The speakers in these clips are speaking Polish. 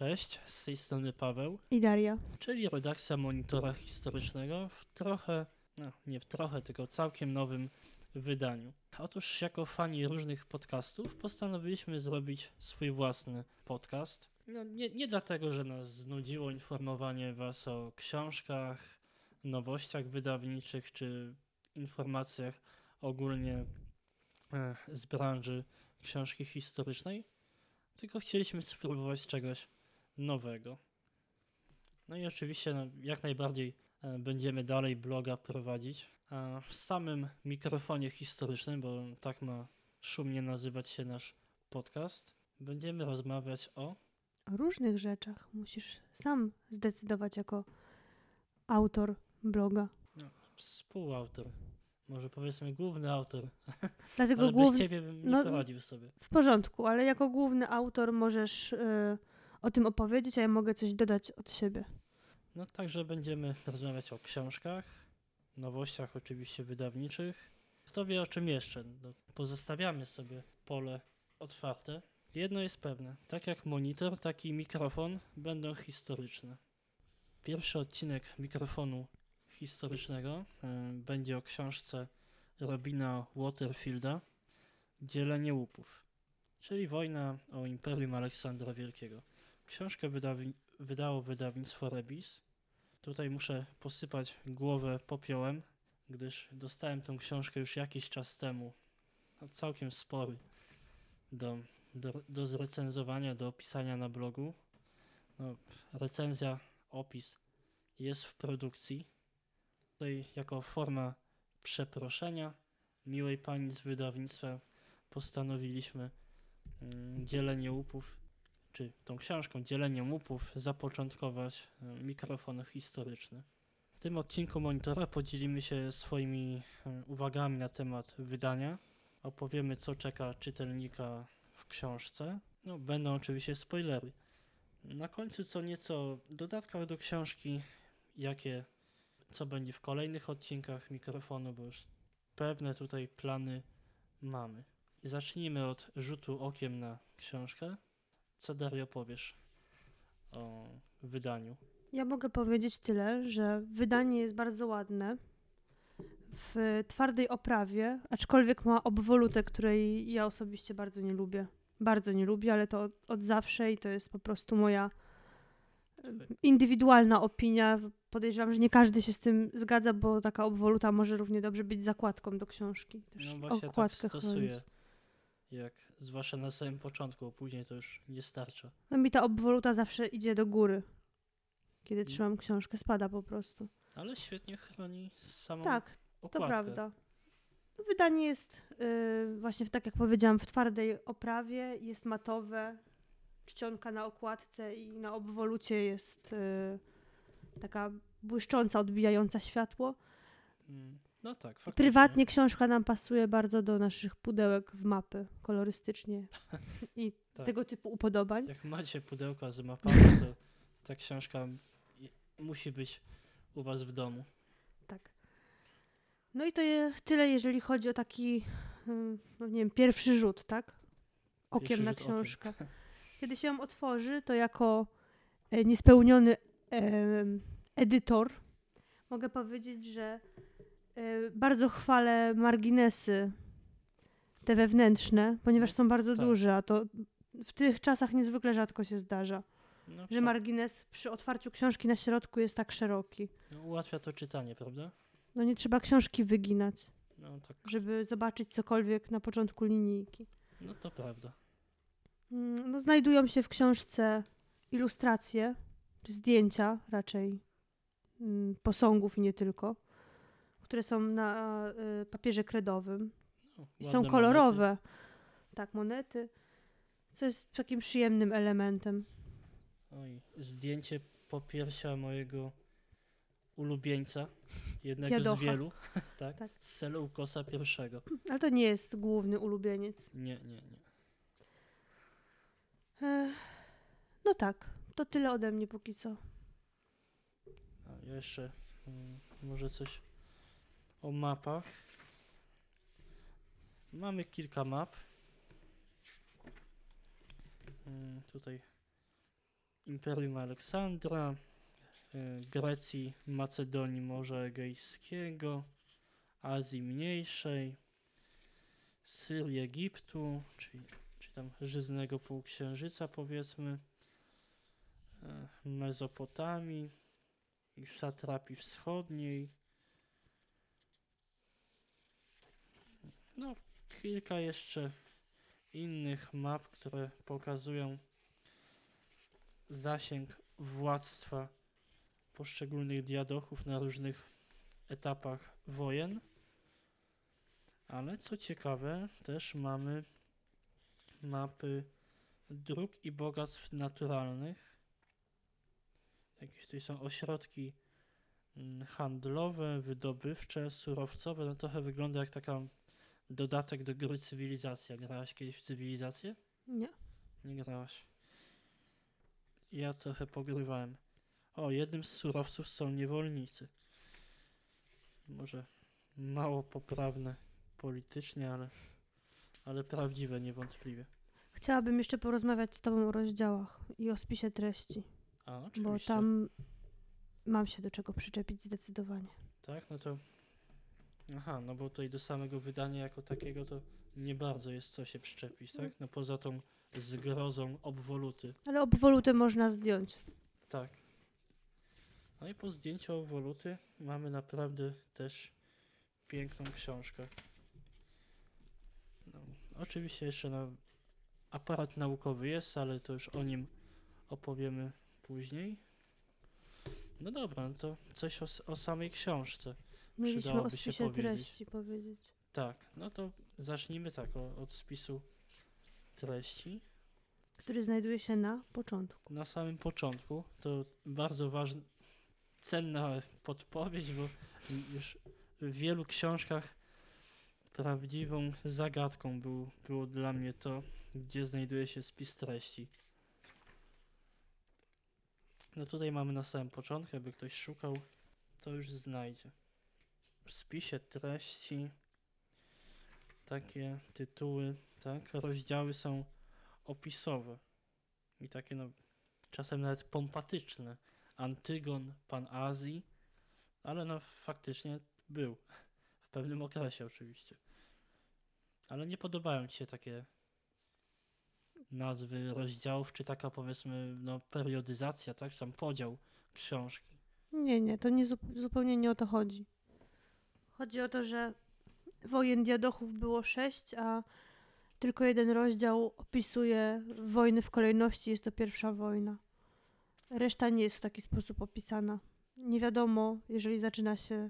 Cześć, z tej strony Paweł, I Daria. czyli redakcja Monitora Historycznego w trochę, nie w trochę, tylko całkiem nowym wydaniu. Otóż jako fani różnych podcastów postanowiliśmy zrobić swój własny podcast. Nie dlatego, że nas znudziło informowanie was o książkach, nowościach wydawniczych czy informacjach ogólnie z branży książki historycznej, tylko chcieliśmy spróbować czegoś nowego. No i oczywiście jak najbardziej będziemy dalej bloga prowadzić w samym mikrofonie historycznym, bo tak ma szumnie nazywać się nasz podcast. Będziemy rozmawiać o różnych rzeczach musisz sam zdecydować jako autor bloga. współautor, może powiedzmy główny autor, Dlatego ale bez ciebie bym nie poradził sobie. W porządku, ale jako główny autor możesz o tym opowiedzieć, a ja mogę coś dodać od siebie. No także będziemy rozmawiać o książkach, nowościach oczywiście wydawniczych. Kto wie o czym jeszcze? Pozostawiamy sobie pole otwarte. Jedno jest pewne, tak jak monitor, tak i mikrofon będą historyczne. Pierwszy odcinek mikrofonu historycznego będzie o książce Robina Waterfielda Dzielenie łupów, czyli wojna o Imperium Aleksandra Wielkiego. Książkę wydało wydawnictwo Rebis. Tutaj muszę posypać głowę popiołem, gdyż dostałem tą książkę już jakiś czas temu, całkiem spory, do zrecenzowania, do opisania na blogu. Recenzja, opis jest w produkcji. Tutaj jako forma przeproszenia miłej pani z wydawnictwa postanowiliśmy dzielenie łupów, czy tą książką Dzieleniem łupów zapoczątkować mikrofon historyczny. W tym odcinku Monitora podzielimy się swoimi uwagami na temat wydania. Opowiemy, co czeka czytelnika w książce. Będą oczywiście spoilery. Na końcu co nieco o dodatkach do książki, co będzie w kolejnych odcinkach mikrofonu, bo już pewne tutaj plany mamy. I zacznijmy od rzutu okiem na książkę. Co, Dario, powiesz o wydaniu? Ja mogę powiedzieć tyle, że wydanie jest bardzo ładne, w twardej oprawie, aczkolwiek ma obwolutę, której ja osobiście bardzo nie lubię. Bardzo nie lubię, ale to od zawsze i to jest po prostu moja indywidualna opinia. Podejrzewam, że nie każdy się z tym zgadza, bo taka obwoluta może równie dobrze być zakładką do książki. Też Właśnie okładkę tak stosuję, zwłaszcza na samym początku, bo później to już nie starcza. No mi ta obwoluta zawsze idzie do góry, kiedy trzymam książkę, spada po prostu. Ale świetnie chroni samą Tak, okładkę. to prawda. Wydanie jest właśnie, tak jak powiedziałam, w twardej oprawie, jest matowe, czcionka na okładce i na obwolucie jest taka błyszcząca, odbijająca światło. No tak, faktycznie. Prywatnie książka nam pasuje bardzo do naszych pudełek w mapy, kolorystycznie i tak. Tego typu upodobań. Jak macie pudełka z mapami, to ta książka musi być u was w domu. Tak. No i to tyle, jeżeli chodzi o taki, pierwszy rzut, tak? Okiem na książkę. Okiem. Kiedy się ją otworzy, to jako niespełniony edytor mogę powiedzieć, że bardzo chwalę marginesy te wewnętrzne, ponieważ są bardzo duże, a to w tych czasach niezwykle rzadko się zdarza, że margines przy otwarciu książki na środku jest tak szeroki. Ułatwia to czytanie, prawda? Nie trzeba książki wyginać, żeby zobaczyć cokolwiek na początku linijki. No to prawda. Znajdują się w książce ilustracje, czy zdjęcia raczej posągów i nie tylko, które są na papierze kredowym. I są kolorowe. Monety. Tak, monety. Co jest takim przyjemnym elementem. Zdjęcie popiersia mojego ulubieńca, jednego Kiedocha. z wielu, tak? Z Seleukosa I. Ale to nie jest główny ulubieniec. Nie. No tak, to tyle ode mnie póki co. Ja jeszcze może coś o mapach. Mamy kilka map. Tutaj Imperium Aleksandra, Grecji, Macedonii Morza Egejskiego, Azji Mniejszej, Syrii, Egiptu, czyli tam żyznego półksiężyca powiedzmy, Mezopotamii i satrapii wschodniej. No, kilka jeszcze innych map, które pokazują zasięg władztwa poszczególnych diadochów na różnych etapach wojen. Ale co ciekawe, też mamy mapy dróg i bogactw naturalnych. Jakieś tutaj są ośrodki handlowe, wydobywcze, surowcowe. No trochę wygląda jak taka dodatek do gry Cywilizacja. Grałaś kiedyś w Cywilizację? Nie. Nie grałaś. Ja trochę pogrywałem. O, jednym z surowców są niewolnicy. Może mało poprawne politycznie, ale prawdziwe niewątpliwie. Chciałabym jeszcze porozmawiać z tobą o rozdziałach i o spisie treści, A, bo oczywiście. tam mam się do czego przyczepić zdecydowanie. Tak, no to... Aha, no bo tutaj do samego wydania jako takiego to nie bardzo jest co się przyczepić, tak? No poza tą zgrozą obwoluty. Ale obwolutę można zdjąć. Tak. No i po zdjęciu obwoluty mamy naprawdę też piękną książkę. No, oczywiście jeszcze aparat naukowy jest, ale to już o nim opowiemy później. No dobra, no to coś o samej książce. Mieliśmy o Przydałoby się spisie powiedzieć. treści powiedzieć. Tak, no to zacznijmy tak od spisu treści. Który znajduje się na początku. Na samym początku to bardzo ważna, cenna podpowiedź, bo już w wielu książkach prawdziwą zagadką było dla mnie to, gdzie znajduje się spis treści. No tutaj mamy na samym początku, jakby ktoś szukał, to już znajdzie. W spisie treści takie tytuły, tak, rozdziały są opisowe i takie no czasem nawet pompatyczne. Antygon, pan Azji, ale no faktycznie był. W pewnym okresie oczywiście. Ale nie podobają ci się takie nazwy rozdziałów, czy taka powiedzmy no periodyzacja, tak? Tam podział książki. Nie, to nie, zupełnie nie o to chodzi. Chodzi o to, że wojen diadochów było 6, a tylko jeden rozdział opisuje wojny w kolejności, jest to pierwsza wojna. Reszta nie jest w taki sposób opisana. Nie wiadomo, jeżeli zaczyna się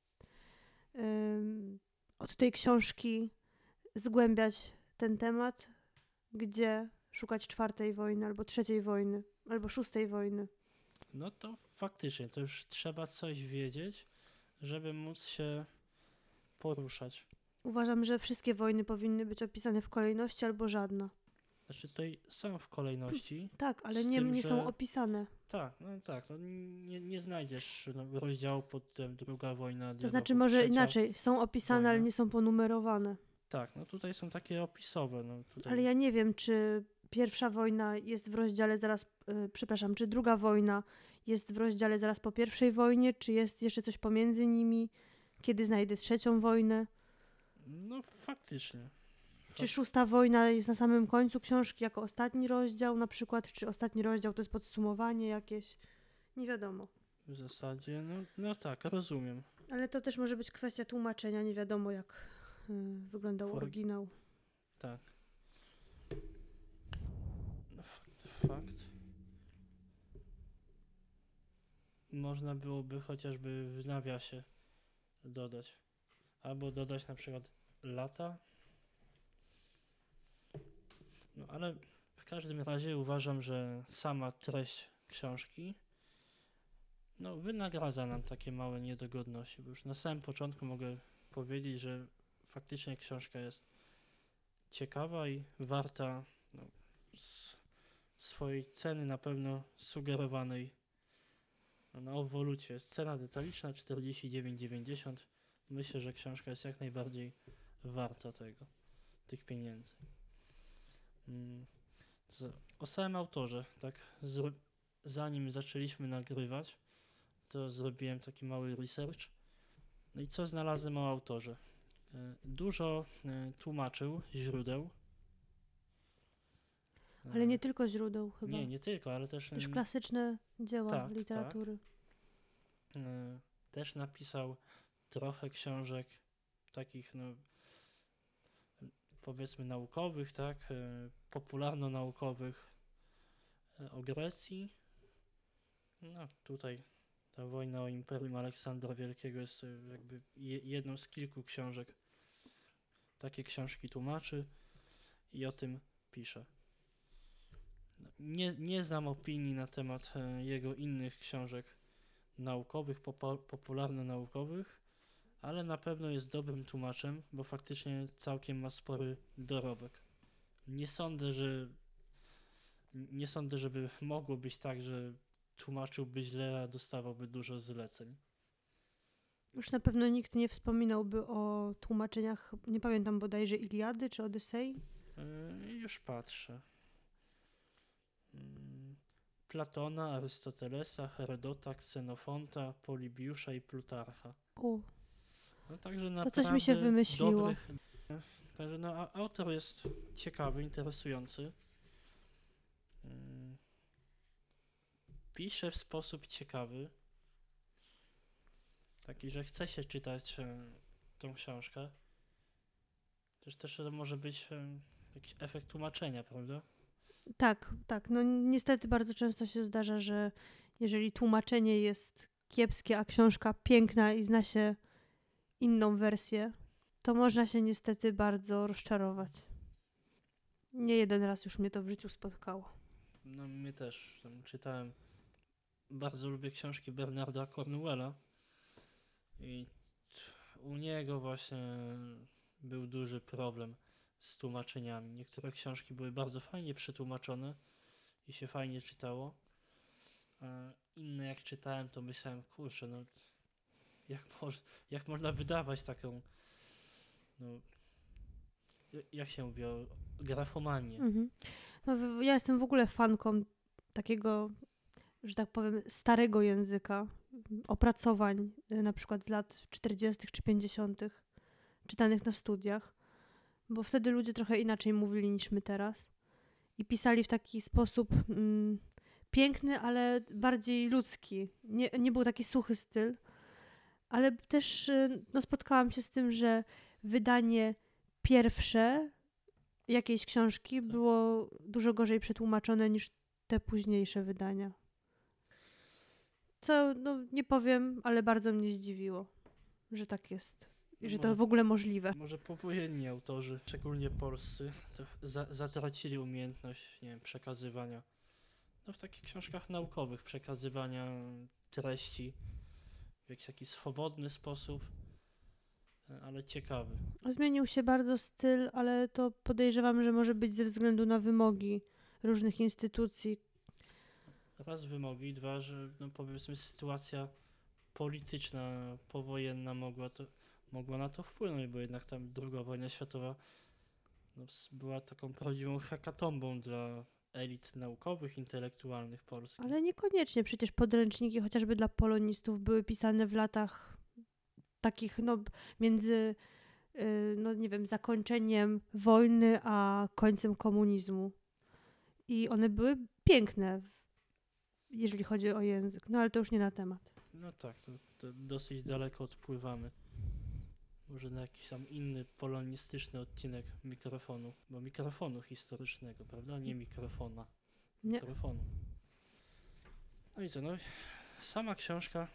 od tej książki zgłębiać ten temat, gdzie szukać 4. wojny, albo 3. wojny, albo 6. wojny. No to faktycznie, to już trzeba coś wiedzieć, żeby móc się poruszać. Uważam, że wszystkie wojny powinny być opisane w kolejności albo żadna. Znaczy tutaj są w kolejności. Tak, ale Z nie, tym, nie są że- opisane. Tak, no nie znajdziesz rozdziału pod tym druga wojna To znaczy dialogów, może trzecia. inaczej, są opisane, ale wojna. nie są ponumerowane. Tak, no tutaj są takie opisowe. No tutaj Ale ja nie wiem, czy pierwsza wojna jest w rozdziale zaraz, przepraszam, czy druga wojna jest w rozdziale zaraz po pierwszej wojnie, czy jest jeszcze coś pomiędzy nimi, kiedy znajdę 3. wojnę, No faktycznie. czy 6. wojna jest na samym końcu książki jako ostatni rozdział na przykład, czy ostatni rozdział to jest podsumowanie jakieś, nie wiadomo. W zasadzie, no tak, rozumiem. Ale to też może być kwestia tłumaczenia, nie wiadomo jak wyglądał oryginał. Tak. No, fakt. Można byłoby chociażby w nawiasie dodać. Albo dodać na przykład lata. No ale w każdym razie uważam, że sama treść książki wynagradza nam takie małe niedogodności, bo już na samym początku mogę powiedzieć, że faktycznie książka jest ciekawa i warta swojej ceny na pewno sugerowanej na obwolucie. Jest cena detaliczna 49,90. Myślę, że książka jest jak najbardziej warta tych pieniędzy. O samym autorze, tak zanim zaczęliśmy nagrywać, to zrobiłem taki mały research. No i co znalazłem o autorze? Dużo tłumaczył źródeł. Ale nie tylko źródeł chyba. Nie tylko, ale też... Też klasyczne dzieła tak, literatury. Też napisał trochę książek takich, no, powiedzmy naukowych, tak, popularno-naukowych o Grecji. No tutaj ta wojna o Imperium Aleksandra Wielkiego jest jakby jedną z kilku książek. Takie książki tłumaczy i o tym pisze. Nie znam opinii na temat jego innych książek naukowych, popularno-naukowych, ale na pewno jest dobrym tłumaczem, bo faktycznie całkiem ma spory dorobek. Nie sądzę, żeby mogło być tak, że tłumaczyłby źle, a dostawałby dużo zleceń. Już na pewno nikt nie wspominałby o tłumaczeniach, nie pamiętam bodajże Iliady czy Odysei. Już patrzę. Platona, Arystotelesa, Herodota, Ksenofonta, Polibiusza i Plutarcha. No także to coś mi się wymyśliło. Także no, autor jest ciekawy, interesujący. Pisze w sposób ciekawy. Taki, że chce się czytać tą książkę. Też to może być jakiś efekt tłumaczenia, prawda? Tak. No niestety bardzo często się zdarza, że jeżeli tłumaczenie jest kiepskie, a książka piękna i zna się inną wersję, to można się niestety bardzo rozczarować. Nie jeden raz już mnie to w życiu spotkało. No mnie też. Czytałem, bardzo lubię książki Bernarda Cornwella i u niego właśnie był duży problem z tłumaczeniami. Niektóre książki były bardzo fajnie przetłumaczone i się fajnie czytało, a inne jak czytałem, to myślałem, kurczę, no jak można wydawać taką, no, jak się mówi, grafomanię. No, ja jestem w ogóle fanką takiego, że tak powiem, starego języka, opracowań na przykład z lat 40. czy 50., czytanych na studiach, bo wtedy ludzie trochę inaczej mówili niż my teraz i pisali w taki sposób piękny, ale bardziej ludzki. Nie był taki suchy styl, ale też no, spotkałam się z tym, że wydanie pierwsze jakiejś książki było dużo gorzej przetłumaczone niż te późniejsze wydania. Co, no nie powiem, ale bardzo mnie zdziwiło, że tak jest. I że to w ogóle możliwe. Może powojenni autorzy, szczególnie polscy, to zatracili umiejętność, nie wiem, przekazywania, no w takich książkach naukowych, przekazywania treści w jakiś taki swobodny sposób, ale ciekawy. Zmienił się bardzo styl, ale to podejrzewam, że może być ze względu na wymogi różnych instytucji. Raz wymogi, dwa, że no powiedzmy sytuacja polityczna, powojenna mogła na to wpłynąć, bo jednak tam II wojna światowa no, była taką prawdziwą hekatombą dla elit naukowych, intelektualnych polskich. Ale niekoniecznie, przecież podręczniki chociażby dla polonistów były pisane w latach takich, no między, no nie wiem, zakończeniem wojny a końcem komunizmu. I one były piękne, jeżeli chodzi o język, no ale to już nie na temat. No tak, to dosyć daleko odpływamy. Może na jakiś tam inny polonistyczny odcinek mikrofonu, bo mikrofonu historycznego, prawda? Nie mikrofona. Nie. Mikrofonu. No i co, no sama książka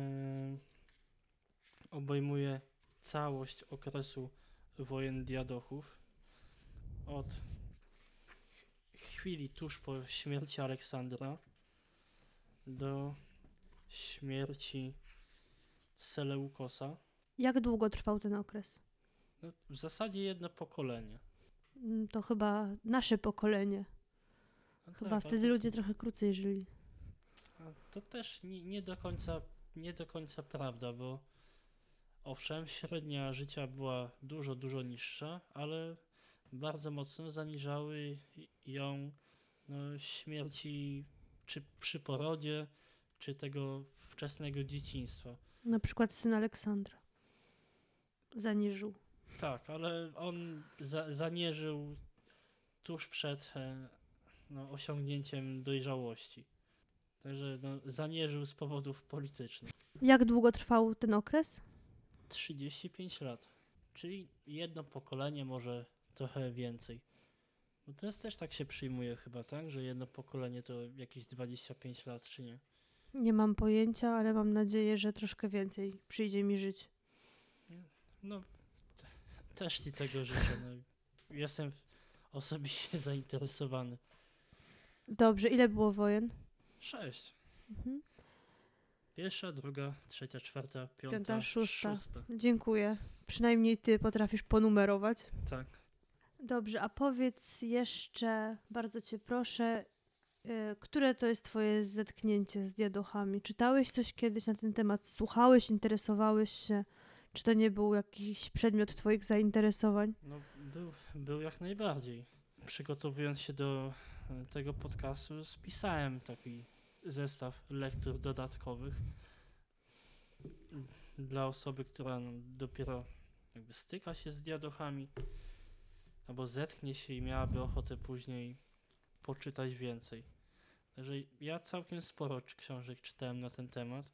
obejmuje całość okresu wojen diadochów od chwili tuż po śmierci Aleksandra do śmierci Seleukosa. Jak długo trwał ten okres? No, w zasadzie jedno pokolenie. To chyba nasze pokolenie. No Chyba tak, wtedy ludzie trochę krócej żyli. to też nie do końca prawda, bo owszem, średnia życia była dużo niższa, ale bardzo mocno zaniżały ją śmierci czy przy porodzie, czy tego wczesnego dzieciństwa. Na przykład syn Aleksandra zaniżył. Tak, ale on zanieżył tuż przed osiągnięciem dojrzałości. Także zanieżył z powodów politycznych. Jak długo trwał ten okres? 35 lat, czyli jedno pokolenie, może trochę więcej. No teraz też tak się przyjmuje chyba, tak? Że jedno pokolenie to jakieś 25 lat, czy nie? Nie mam pojęcia, ale mam nadzieję, że troszkę więcej przyjdzie mi żyć. No, też ci tego życzę. No. Jestem osobiście zainteresowany. Dobrze, ile było wojen? 6. Mhm. Pierwsza, druga, trzecia, czwarta, piąta, Piąta, szósta. szósta. Dziękuję. Przynajmniej ty potrafisz ponumerować. Tak. Dobrze, a powiedz jeszcze, bardzo cię proszę, które to jest twoje zetknięcie z diadochami? Czytałeś coś kiedyś na ten temat? Słuchałeś, interesowałeś się? Czy to nie był jakiś przedmiot twoich zainteresowań? No, był jak najbardziej. Przygotowując się do tego podcastu, spisałem taki zestaw lektur dodatkowych dla osoby, która dopiero jakby styka się z diadochami, albo zetknie się i miałaby ochotę później poczytać więcej. Także ja całkiem sporo książek czytałem na ten temat.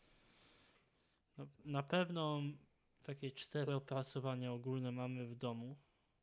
No, na pewno takie 4 opracowania ogólne mamy w domu,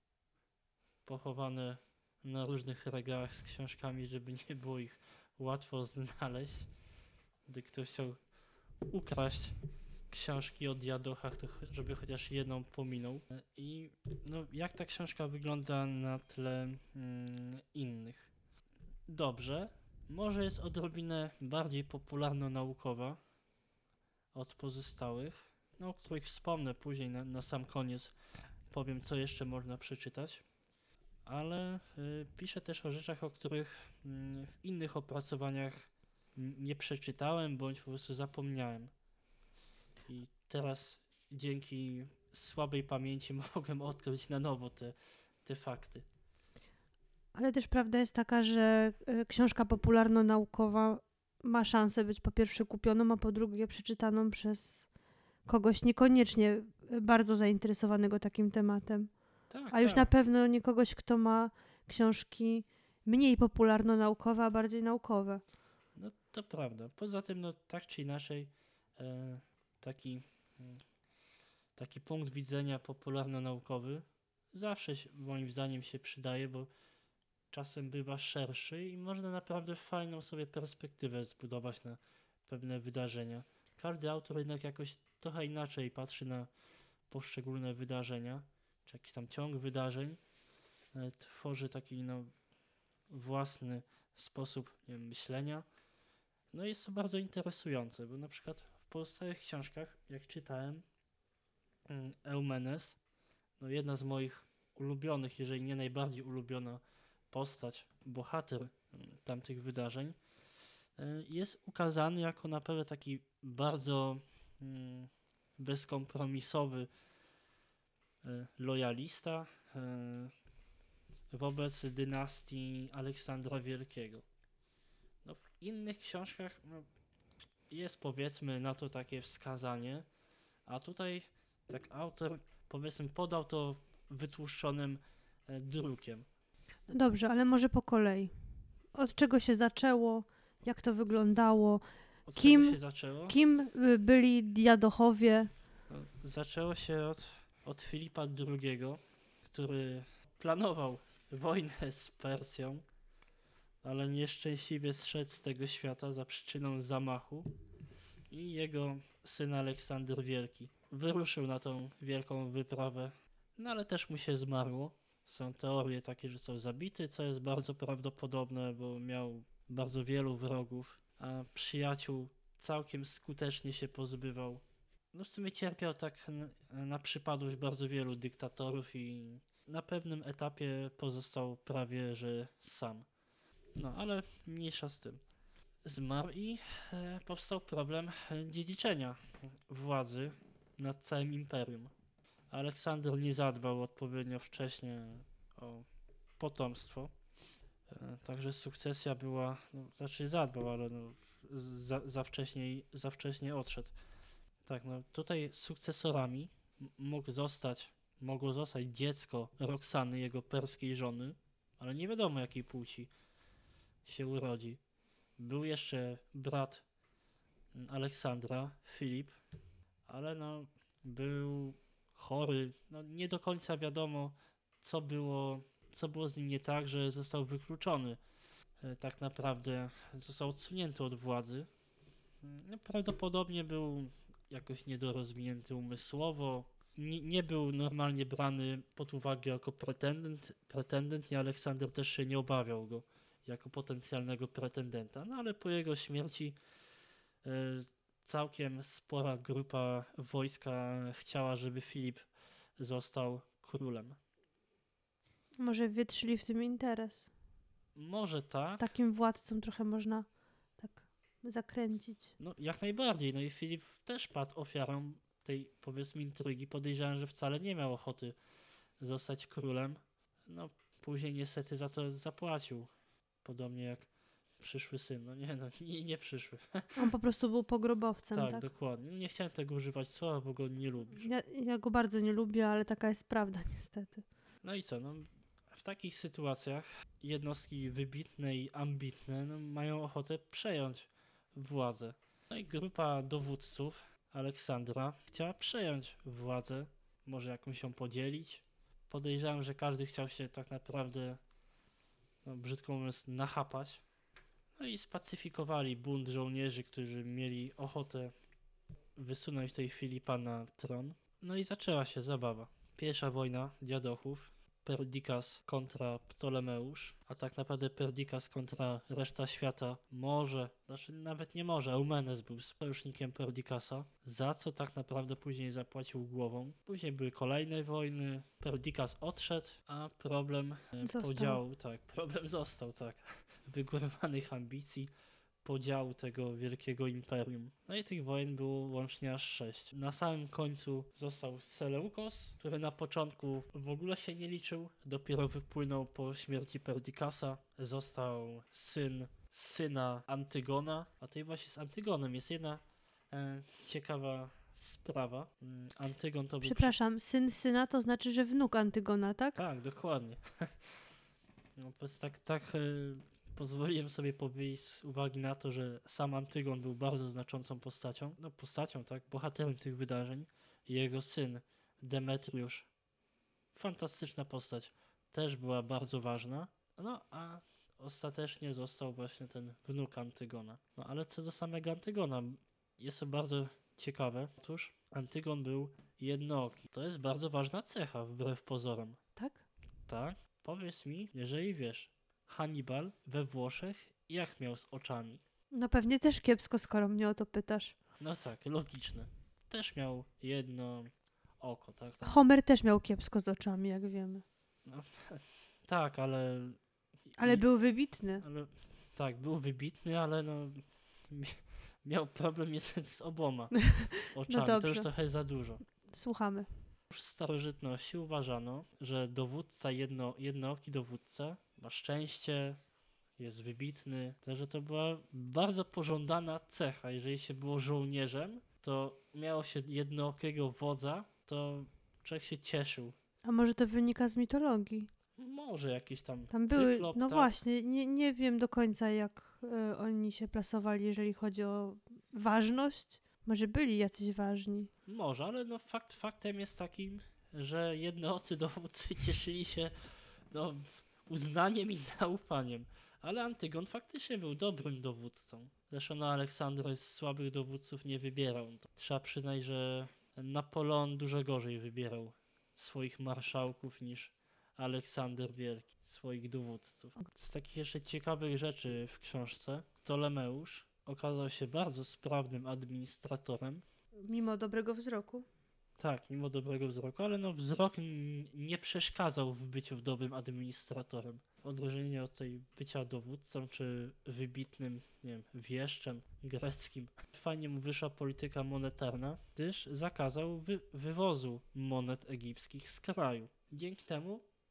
pochowane na różnych regałach z książkami, żeby nie było ich łatwo znaleźć. Gdy ktoś chciał ukraść książki o diadochach, to żeby chociaż jedną pominął. I no, jak ta książka wygląda na tle innych? Dobrze, może jest odrobinę bardziej popularno-naukowa od pozostałych, no, o których wspomnę później na sam koniec. Powiem, co jeszcze można przeczytać. Ale piszę też o rzeczach, o których w innych opracowaniach nie przeczytałem, bądź po prostu zapomniałem. I teraz dzięki słabej pamięci mogłem odkryć na nowo te fakty. Ale też prawda jest taka, że książka popularno-naukowa ma szansę być po pierwsze kupioną, a po drugie przeczytaną przez kogoś niekoniecznie bardzo zainteresowanego takim tematem. Tak, A już tak. na pewno nie kogoś, kto ma książki mniej popularno-naukowe, a bardziej naukowe. No to prawda. Poza tym, no tak czy inaczej, taki punkt widzenia popularno-naukowy zawsze moim zdaniem się przydaje, bo czasem bywa szerszy i można naprawdę fajną sobie perspektywę zbudować na pewne wydarzenia. Każdy autor jednak jakoś trochę inaczej patrzy na poszczególne wydarzenia, czy jakiś tam ciąg wydarzeń, tworzy taki własny sposób, nie wiem, myślenia. No i jest to bardzo interesujące, bo na przykład w pozostałych książkach, jak czytałem, Eumenes, no jedna z moich ulubionych, jeżeli nie najbardziej ulubiona postać, bohater tamtych wydarzeń, jest ukazany jako naprawdę taki bardzo bezkompromisowy lojalista wobec dynastii Aleksandra Wielkiego. No, w innych książkach jest, powiedzmy, na to takie wskazanie, a tutaj tak autor, powiedzmy, podał to wytłuszczonym drukiem. No dobrze, ale może po kolei. Od czego się zaczęło? Jak to wyglądało? Od czego się zaczęło? Kim byli diadochowie? No, zaczęło się od Filipa II, który planował wojnę z Persją, ale nieszczęśliwie zszedł z tego świata za przyczyną zamachu i jego syn Aleksander Wielki wyruszył na tą wielką wyprawę, no ale też mu się zmarło. Są teorie takie, że został zabity, co jest bardzo prawdopodobne, bo miał bardzo wielu wrogów, a przyjaciół całkiem skutecznie się pozbywał. No w sumie cierpiał tak na przypadłość bardzo wielu dyktatorów i na pewnym etapie pozostał prawie że sam. No ale mniejsza z tym. Zmarł i powstał problem dziedziczenia władzy nad całym imperium. Aleksander nie zadbał odpowiednio wcześnie o potomstwo. Także sukcesja była, no, znaczy zadbał, ale no, za wcześnie odszedł. Tak, no tutaj sukcesorami mogło zostać dziecko Roxany, jego perskiej żony, ale nie wiadomo jakiej płci się urodzi. Był jeszcze brat Aleksandra, Filip, ale no był chory, no nie do końca wiadomo co było z nim nie tak, że został wykluczony. Tak naprawdę został odsunięty od władzy. No, prawdopodobnie był jakoś niedorozwinięty umysłowo. Nie był normalnie brany pod uwagę jako pretendent i Aleksander też się nie obawiał go jako potencjalnego pretendenta. No ale po jego śmierci całkiem spora grupa wojska chciała, żeby Filip został królem. Może wietrzyli w tym interes. Może tak. Takim władcom trochę można tak zakręcić. No jak najbardziej. No i Filip też padł ofiarą tej, powiedzmy, intrygi. Podejrzewam, że wcale nie miał ochoty zostać królem. No później niestety za to zapłacił. Podobnie jak przyszły syn. No nie przyszły. On po prostu był pogrobowcem, Tak, tak? dokładnie. Nie chciałem tego używać słowa, bo go nie lubisz. Ja go bardzo nie lubię, ale taka jest prawda niestety. No i co? No, w takich sytuacjach jednostki wybitne i ambitne mają ochotę przejąć władzę. No i grupa dowódców Aleksandra chciała przejąć władzę, może jakąś ją podzielić. Podejrzewam, że każdy chciał się tak naprawdę, no, brzydko mówiąc, nachapać. No i spacyfikowali bunt żołnierzy, którzy mieli ochotę wysunąć tej Filipa na tron. No i zaczęła się zabawa. Pierwsza wojna dziadochów. Perdikas kontra Ptolemeusz, a tak naprawdę Perdikas kontra reszta świata znaczy nawet nie może, Eumenes był sojusznikiem Perdikasa, za co tak naprawdę później zapłacił głową. Później były kolejne wojny, Perdikas odszedł, a problem został, wygórowanych ambicji, podziału tego wielkiego imperium. No i tych wojen było łącznie aż 6. Na samym końcu został Seleukos, który na początku w ogóle się nie liczył, dopiero wypłynął po śmierci Perdikasa. Został syn syna Antygona, a tutaj właśnie z Antygonem jest jedna ciekawa sprawa. Antygon to był... Przepraszam, syn syna to znaczy, że wnuk Antygona, tak? Tak, dokładnie. No, pozwoliłem sobie powiedzieć z uwagi na to, że sam Antygon był bardzo znaczącą postacią, tak, bohaterem tych wydarzeń. I jego syn Demetriusz, fantastyczna postać, też była bardzo ważna. No a ostatecznie został właśnie ten wnuk Antygona. No ale co do samego Antygona, jest to bardzo ciekawe. Otóż Antygon był jednooki. To jest bardzo ważna cecha wbrew pozorom. Tak? Tak? Powiedz mi, jeżeli wiesz, Hannibal we Włoszech jak miał z oczami? No pewnie też kiepsko, skoro mnie o to pytasz. No tak, logiczne. Też miał jedno oko, tak? Homer też miał kiepsko z oczami, jak wiemy. No, tak, ale... Ale był wybitny. Tak, był wybitny, ale no... Miał problem niestety z oboma oczami. No to już trochę za dużo. Słuchamy. W starożytności uważano, że dowódca, jednooki dowódca ma szczęście, jest wybitny, że to była bardzo pożądana cecha. Jeżeli się było żołnierzem, to miało się jednookiego wodza, to człowiek się cieszył. A może to wynika z mitologii? Może jakiś tam były, cyklop, no tak? właśnie, nie wiem do końca jak oni się plasowali, jeżeli chodzi o ważność. Może byli jacyś ważni. Może, ale no faktem jest takim, że jednoocy dowódcy cieszyli się uznaniem i zaufaniem. Ale Antygon faktycznie był dobrym dowódcą. Zresztą Aleksander z słabych dowódców nie wybierał. Trzeba przyznać, że Napoleon dużo gorzej wybierał swoich marszałków niż Aleksander Wielki, swoich dowódców. Z takich jeszcze ciekawych rzeczy w książce, Ptolemeusz okazał się bardzo sprawnym administratorem. Mimo dobrego wzroku. Tak, mimo dobrego wzroku, ale wzrok nie przeszkadzał w byciu dobrym administratorem. W odróżnieniu od tej bycia dowódcą czy wybitnym, nie wiem, wieszczem greckim. Fajnie mu wyszła polityka monetarna, gdyż zakazał wywozu monet egipskich z kraju. Dzięki temu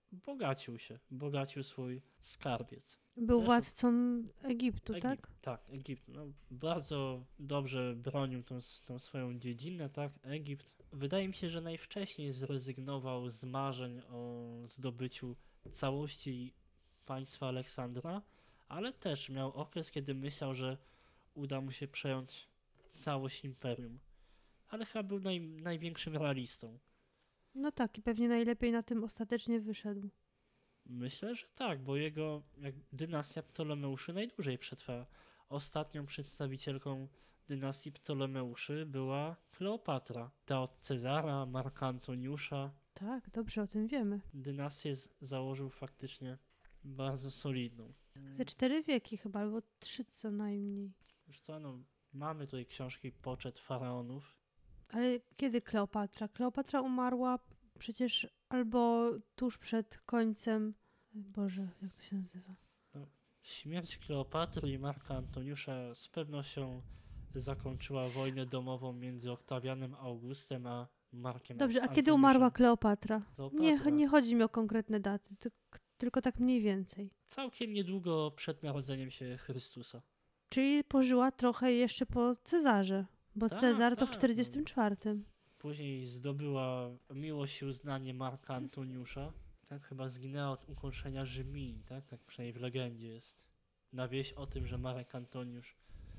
bogacił swój skarbiec. Był Też- władcą Egiptu, tak? Tak, Egipt. No, bardzo dobrze bronił tą swoją dziedzinę, tak, Egipt. Wydaje mi się, że najwcześniej zrezygnował z marzeń o zdobyciu całości państwa Aleksandra, ale też miał okres, kiedy myślał, że uda mu się przejąć całość imperium. Ale chyba był największym realistą. No tak, i pewnie najlepiej na tym ostatecznie wyszedł. Myślę, że tak, bo jego dynastia Ptolemeuszy najdłużej przetrwała. Ostatnią przedstawicielką dynastii Ptolemeuszy była Kleopatra. Ta od Cezara, Marka Antoniusza. Tak, dobrze o tym wiemy. Dynastię założył faktycznie bardzo solidną. Ze 4 wieki chyba, albo 3 co najmniej. Wiesz co, no, mamy tutaj książki Poczet Faraonów. Ale kiedy Kleopatra? Kleopatra umarła przecież albo tuż przed końcem... Boże, jak to się nazywa? Śmierć Kleopatry i Marka Antoniusza z pewnością zakończyła wojnę domową między Oktawianem Augustem a Markiem Dobrze, a kiedy Antoniuszem. umarła Kleopatra? Kleopatra Nie chodzi mi o konkretne daty, tylko tak mniej więcej. całkiem niedługo przed narodzeniem się Chrystusa. Czyli pożyła trochę jeszcze po Cezarze, bo Tak, Cezar to w tak, 44. Później zdobyła miłość i uznanie Marka Antoniusza. Tak, chyba zginęła od ukończenia Rzymi, tak? Tak przynajmniej w legendzie jest. Na wieść o tym, że Marek Antoniusz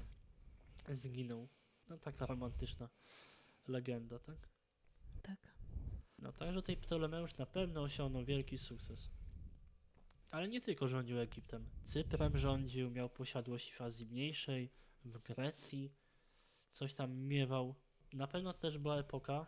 zginął. No taka romantyczna legenda, tak? Tak. No także tej Ptolemeusz na pewno osiągnął wielki sukces. Ale nie tylko rządził Egiptem. Cyprem rządził, miał posiadłości w Azji Mniejszej, w Grecji, coś tam miewał. Na pewno też była epoka,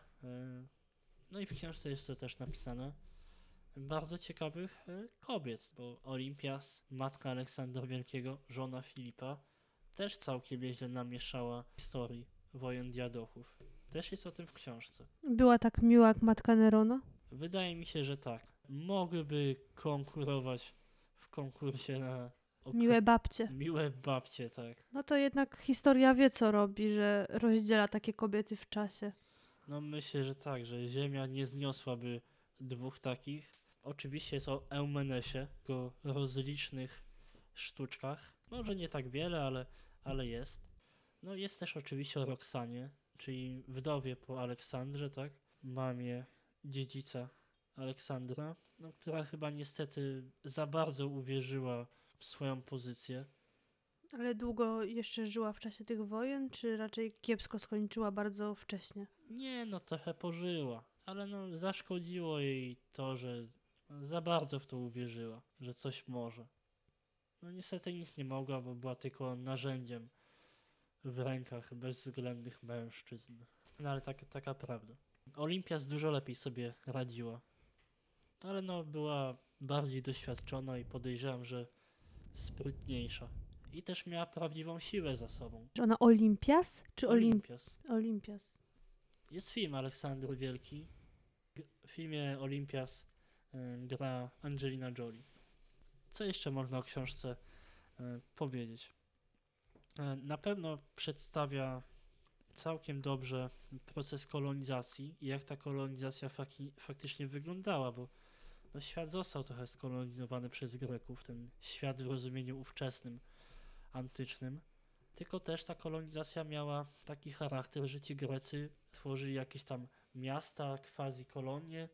no i w książce jest to też napisane, bardzo ciekawych kobiet, bo Olimpias, matka Aleksandra Wielkiego, żona Filipa, też całkiem nieźle namieszała historii wojen diadochów. Też jest o tym w książce. Była tak miła jak matka Nerona? Wydaje mi się, że tak. Mogłyby konkurować w konkursie na Miłe babcie. miłe babcie, tak. No to jednak historia wie co robi, że rozdziela takie kobiety w czasie. No myślę, że tak, że Ziemia nie zniosłaby dwóch takich. Oczywiście jest o Eumenesie, jego rozlicznych sztuczkach. Może nie tak wiele, ale jest. No jest też oczywiście o Roxanie, czyli wdowie po Aleksandrze, tak? Mamie dziedzica Aleksandra, no, która chyba niestety za bardzo uwierzyła w swoją pozycję. Ale długo jeszcze żyła w czasie tych wojen, czy raczej kiepsko skończyła bardzo wcześnie? Nie, no trochę pożyła, ale no zaszkodziło jej to, że za bardzo w to uwierzyła, że coś może. No niestety nic nie mogła, bo była tylko narzędziem w rękach bezwzględnych mężczyzn. No ale taka prawda. Olimpias dużo lepiej sobie radziła, ale no była bardziej doświadczona i podejrzewam, że sprytniejsza. I też miała prawdziwą siłę za sobą. Czy ona Olimpias, czy Olimpias. Olimpias? Jest film Aleksander Wielki. W filmie Olimpias gra Angelina Jolie. Co jeszcze można o książce powiedzieć? Na pewno przedstawia całkiem dobrze proces kolonizacji i jak ta kolonizacja faktycznie wyglądała, bo no, świat został trochę skolonizowany przez Greków, ten świat w rozumieniu ówczesnym, antycznym. Tylko też ta kolonizacja miała taki charakter, że ci Grecy tworzyli jakieś tam miasta, quasi-kolonie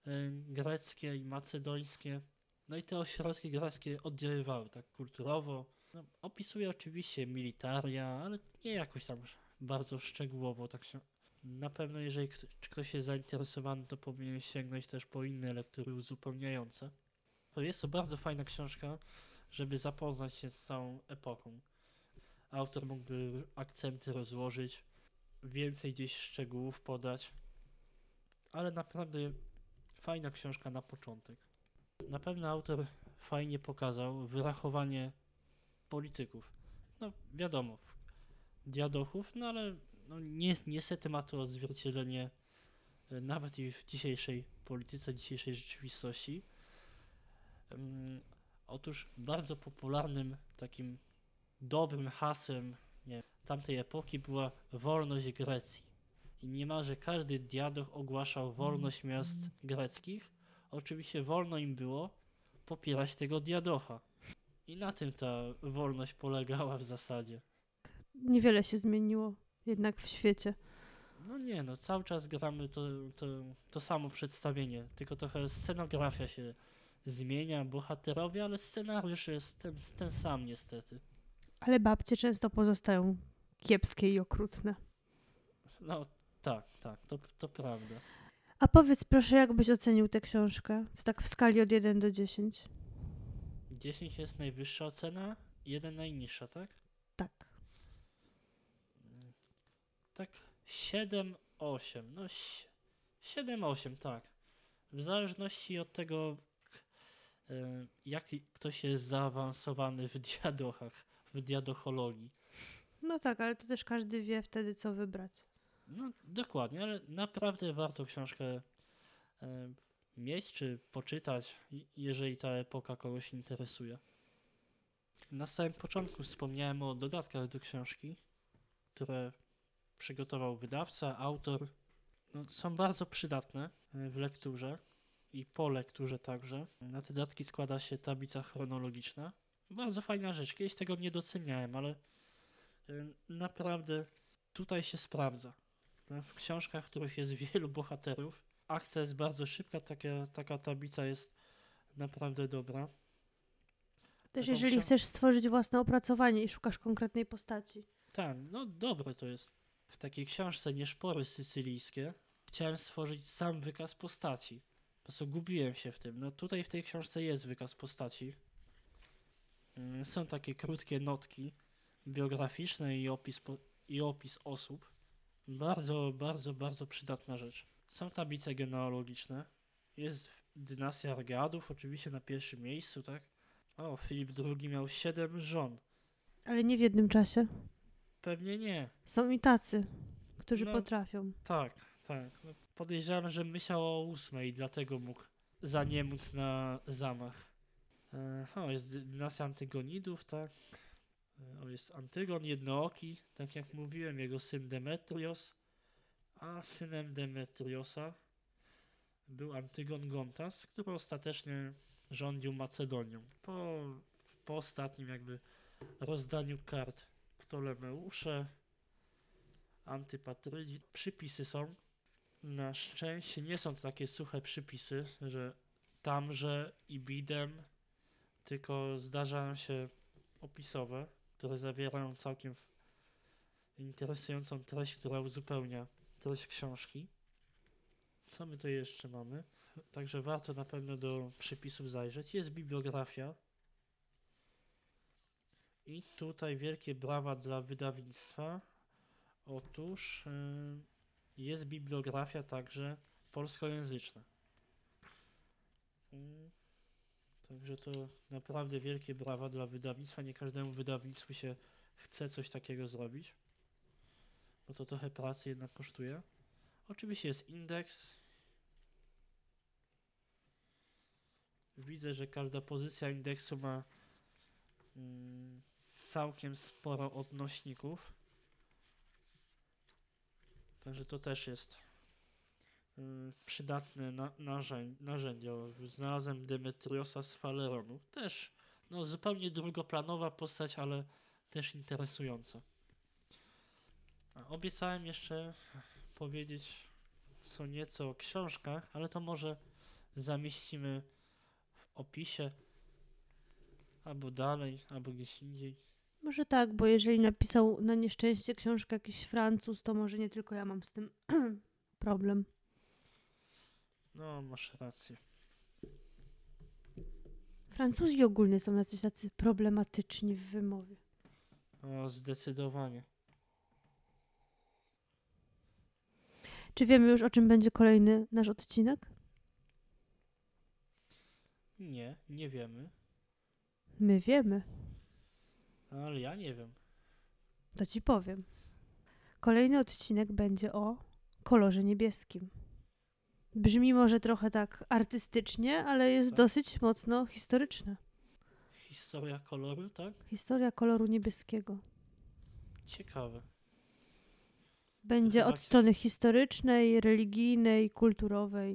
greckie i macedońskie. No i te ośrodki greckie oddziaływały tak kulturowo. No, opisuje oczywiście militaria, ale nie jakoś tam bardzo szczegółowo. Tak się, na pewno jeżeli ktoś jest zainteresowany, to powinien sięgnąć też po inne lektury uzupełniające. To jest to bardzo fajna książka, żeby zapoznać się z całą epoką. Autor mógłby akcenty rozłożyć, więcej gdzieś szczegółów podać, ale naprawdę fajna książka na początek. Na pewno autor fajnie pokazał wyrachowanie polityków. No wiadomo, diadochów, no ale no, niestety ma to odzwierciedlenie nawet i w dzisiejszej polityce, dzisiejszej rzeczywistości. Otóż bardzo popularnym takim dobrym hasłem tamtej epoki była wolność Grecji. I niemalże każdy diadoch ogłaszał wolność miast greckich oczywiście wolno im było popierać tego diadocha. I na tym ta wolność polegała w zasadzie. Niewiele się zmieniło jednak w świecie. No nie, no cały czas gramy to samo przedstawienie, tylko trochę scenografia się zmienia, bohaterowie, ale scenariusz jest ten sam niestety. Ale babcie często pozostają kiepskie i okrutne. No tak, to prawda. A powiedz proszę, jak byś ocenił tę książkę? Tak w skali od 1 do 10. 10 jest najwyższa ocena, 1 najniższa, tak? Tak. Tak 7-8, no 7-8, tak. W zależności od tego, jak ktoś jest zaawansowany w diadochach, w diadochologii. No tak, ale to też każdy wie wtedy, co wybrać. No dokładnie, ale naprawdę warto książkę mieć czy poczytać, jeżeli ta epoka kogoś interesuje. Na samym początku wspomniałem o dodatkach do książki, które przygotował wydawca, autor. No, są bardzo przydatne w lekturze i po lekturze także. Na te dodatki składa się tablica chronologiczna. Bardzo fajna rzecz. Kiedyś tego nie doceniałem, ale naprawdę tutaj się sprawdza. W książkach, w których jest wielu bohaterów, akcja jest bardzo szybka, taka tablica jest naprawdę dobra. Też Taką jeżeli chcesz stworzyć własne opracowanie i szukasz konkretnej postaci. Tak, no dobre to jest. W takiej książce Nieszpory sycylijskie chciałem stworzyć sam wykaz postaci. Po prostu gubiłem się w tym. No tutaj w tej książce jest wykaz postaci. Są takie krótkie notki biograficzne i opis osób. Bardzo, bardzo, bardzo przydatna rzecz. Są tablice genealogiczne. Jest dynastia Argeadów, oczywiście na pierwszym miejscu, tak? O, Filip II miał 7 żon. Ale nie w jednym czasie. Pewnie nie. Są i tacy, którzy No, potrafią. Tak. No, podejrzewam, że myślał o 8 i dlatego mógł zaniemóc na zamach. Jest dynastia Antygonidów, tak? Jest Antygon Jednooki, tak jak mówiłem, jego syn Demetrios, a synem Demetriosa był Antygon Gontas, który ostatecznie rządził Macedonią. Po ostatnim jakby rozdaniu kart Ptolemeusze, Antypatrydzi. Przypisy są. Na szczęście nie są to takie suche przypisy, że tamże i bidem, tylko zdarzają się opisowe, które zawierają całkiem interesującą treść, która uzupełnia treść książki. Co my tu jeszcze mamy? Także warto na pewno do przypisów zajrzeć. Jest bibliografia. I tutaj wielkie brawa dla wydawnictwa. Otóż jest bibliografia także polskojęzyczna. Także to naprawdę wielkie brawa dla wydawnictwa. Nie każdemu wydawnictwu się chce coś takiego zrobić, bo to trochę pracy jednak kosztuje. Oczywiście jest indeks. Widzę, że każda pozycja indeksu ma całkiem sporo odnośników. Także to też jest przydatne narzędzie. Znalazłem Demetriosa z Faleronu. Też zupełnie drugoplanowa postać, ale też interesująca. Obiecałem jeszcze powiedzieć co nieco o książkach, ale to może zamieścimy w opisie albo dalej, albo gdzieś indziej. Może tak, bo jeżeli napisał na nieszczęście książkę jakiś Francuz, to może nie tylko ja mam z tym problem. No, masz rację. Francuzi ogólnie są jacyś tacy problematyczni w wymowie. O, zdecydowanie. Czy wiemy już, o czym będzie kolejny nasz odcinek? Nie wiemy. My wiemy. Ale ja nie wiem. To ci powiem. Kolejny odcinek będzie o kolorze niebieskim. Brzmi może trochę tak artystycznie, ale jest Tak. dosyć mocno historyczne. Historia koloru, tak? Historia koloru niebieskiego. Ciekawe. Będzie Chyba od strony historycznej, religijnej, kulturowej,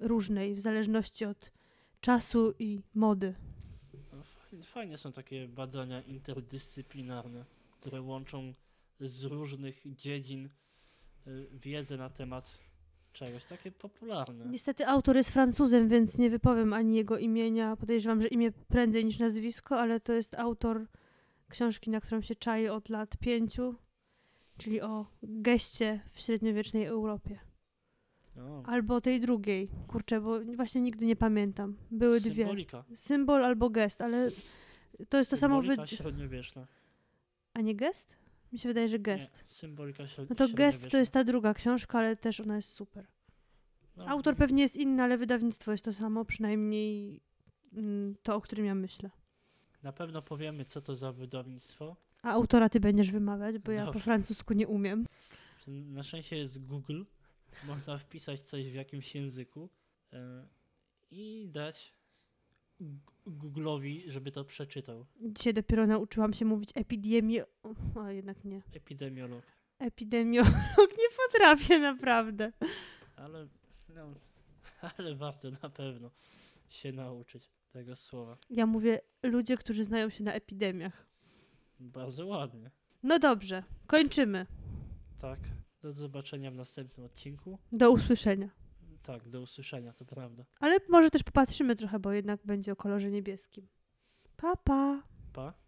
różnej, w zależności od czasu i mody. No, fajnie są takie badania interdyscyplinarne, które łączą z różnych dziedzin wiedzę na temat czegoś, takie popularne. Niestety autor jest Francuzem, więc nie wypowiem ani jego imienia. Podejrzewam, że imię prędzej niż nazwisko, ale to jest autor książki, na którą się czaję od lat 5, czyli o geście w średniowiecznej Europie. O, Albo tej drugiej. Kurczę, bo właśnie nigdy nie pamiętam. Były dwie. symbolika. Symbol albo gest, ale to jest to samo... Symbolika średniowieczna. A nie gest? Mi się wydaje, że gest. Nie, symbolika No to gest to jest ta druga książka, ale też ona jest super. No, Autor pewnie jest inny, ale wydawnictwo jest to samo, przynajmniej to, o którym ja myślę. Na pewno powiemy, co to za wydawnictwo. A autora ty będziesz wymawiać, bo ja po Dobrze. francusku nie umiem. Na szczęście jest Google. Można wpisać coś w jakimś języku i dać Google'owi, żeby to przeczytał. Dzisiaj dopiero nauczyłam się mówić a jednak nie. Epidemiolog. Epidemiolog nie potrafię naprawdę. Ale, no, ale warto na pewno się nauczyć tego słowa. Ja mówię ludzie, którzy znają się na epidemiach. Bardzo ładnie. No dobrze, kończymy. Tak. Do zobaczenia w następnym odcinku. Do usłyszenia. Tak, do usłyszenia, to prawda. Ale może też popatrzymy trochę, bo jednak będzie o kolorze niebieskim. Pa, pa. Pa.